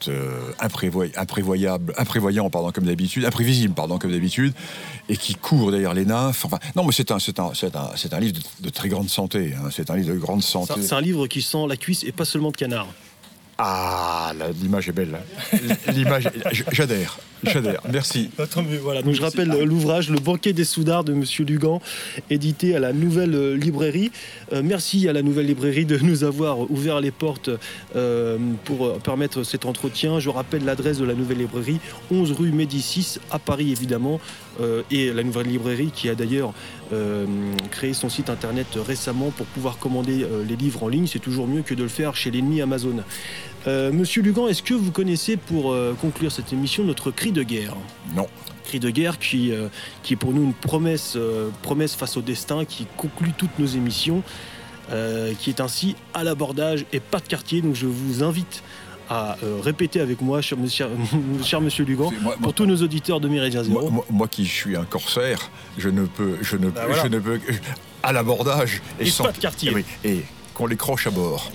imprévoyant, comme d'habitude, imprévisible, comme d'habitude, et qui court derrière les nymphes. Enfin, non, mais c'est un livre de très grande santé. Hein. C'est un livre de grande santé. C'est un livre qui sent la cuisse et pas seulement de canard. Ah, l'image est belle. L'image, j'adhère. Merci. Voilà, donc je rappelle l'ouvrage Le Banquet des Soudards de Monsieur Lugan, édité à la nouvelle librairie. Merci à la nouvelle librairie de nous avoir ouvert les portes pour permettre cet entretien. Je rappelle l'adresse de la nouvelle librairie, 11 rue Médicis, à Paris évidemment, et la nouvelle librairie qui a d'ailleurs créé son site internet récemment pour pouvoir commander les livres en ligne. C'est toujours mieux que de le faire chez l'ennemi Amazon. Monsieur Lugan, est-ce que vous connaissez, pour conclure cette émission, notre cri de guerre ? Non. Cri de guerre qui est pour nous une promesse face au destin, qui conclut toutes nos émissions, qui est ainsi à l'abordage et pas de quartier. Donc je vous invite à répéter avec moi, cher monsieur Lugan, pour tous nos auditeurs de Méridien Zéro. Moi qui suis un corsaire, je ne peux à l'abordage et sans pas de quartier. Et qu'on les croche à bord.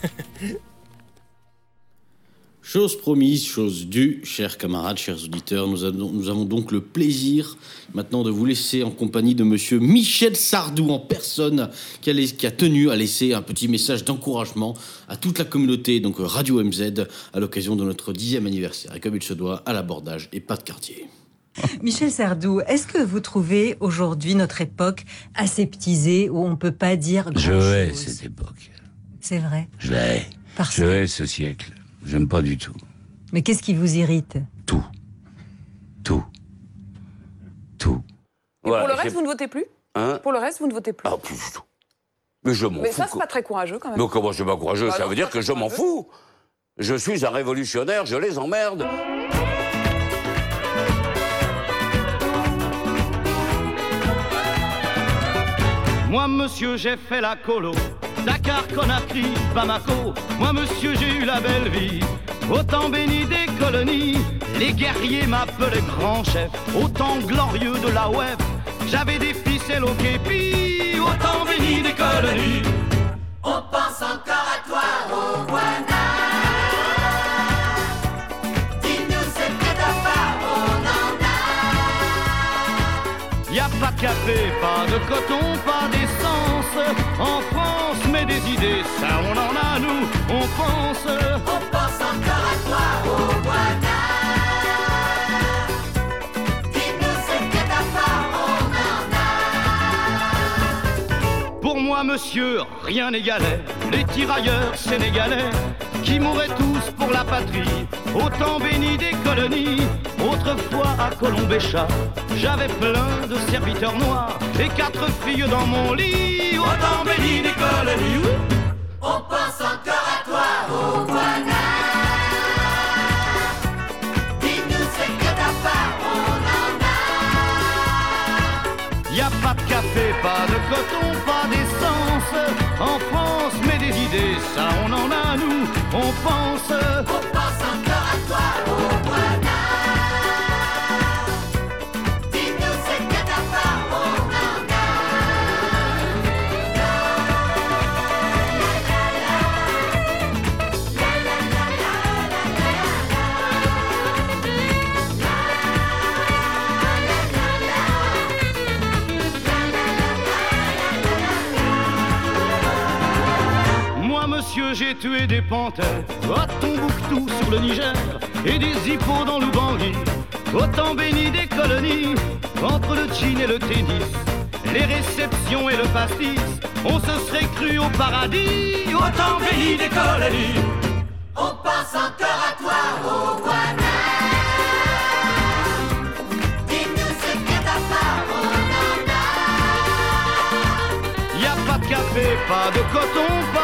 Chose promise, chose due, chers camarades, chers auditeurs, nous avons donc le plaisir maintenant de vous laisser en compagnie de monsieur Michel Sardou en personne, qui a tenu à laisser un petit message d'encouragement à toute la communauté, donc Radio MZ, à l'occasion de notre 10e anniversaire. Et comme il se doit, à l'abordage et pas de quartier. Michel Sardou, est-ce que vous trouvez aujourd'hui notre époque aseptisée, où on ne peut pas dire grand-chose ? Je hais cette époque. C'est vrai. Je la hais. Je hais ce siècle. J'aime pas du tout. Mais qu'est-ce qui vous irrite ? Tout. Et voilà, pour le reste, vous ne votez plus ? Pour le reste, vous ne votez plus ? Ah, plus du tout. Mais je m'en fous. Mais ça, c'est pas très courageux, quand même. Mais comment c'est pas courageux ? Ça veut dire que je m'en fous. Je suis un révolutionnaire, je les emmerde. Moi, monsieur, j'ai fait la colo. Dakar, Conakry, Bamako. Moi, monsieur, j'ai eu la belle vie. Au temps béni des colonies, les guerriers m'appelaient grand chef. Au temps glorieux de la WEF, j'avais des ficelles au képi. Au temps béni des colonies, on pense encore à toi, Rwanda. Dis-nous c'est que ta part, on en a. Y a pas de café, pas de coton, pas d'essence. En France, mais des idées, ça on en a nous, on pense. On pense encore à toi, Rwanda. Dis-nous c'est que ta part, on en a. Pour moi, monsieur, rien n'égalait les tirailleurs sénégalais qui mouraient tous pour la patrie. Au temps béni des colonies, autrefois à Colombéchat, j'avais plein de serviteurs noirs et 4 filles dans mon lit. Au temps béni des colonies, on pense encore à toi, Rwanda. Dis-nous c'est que ta part, on en a. Y a pas de café, pas de coton, pas d'essence. En France, mais des idées, ça on en a nous, on pense. On pense encore à toi, Rwanda. Dis-nous c'est que ta part, on en a. Moi, monsieur, j'ai tué des panthères à Tombouctou sur le Niger et des hippos dans l'Oubangui. Au temps béni des colonies, entre le gin et le tennis, les réceptions et le pastis, on se serait cru au paradis. Au temps béni des colonies, on pense encore à toi, Rwanda. Dis-nous c'est que ta part, on en a. y a pas de café, pas de coton, pas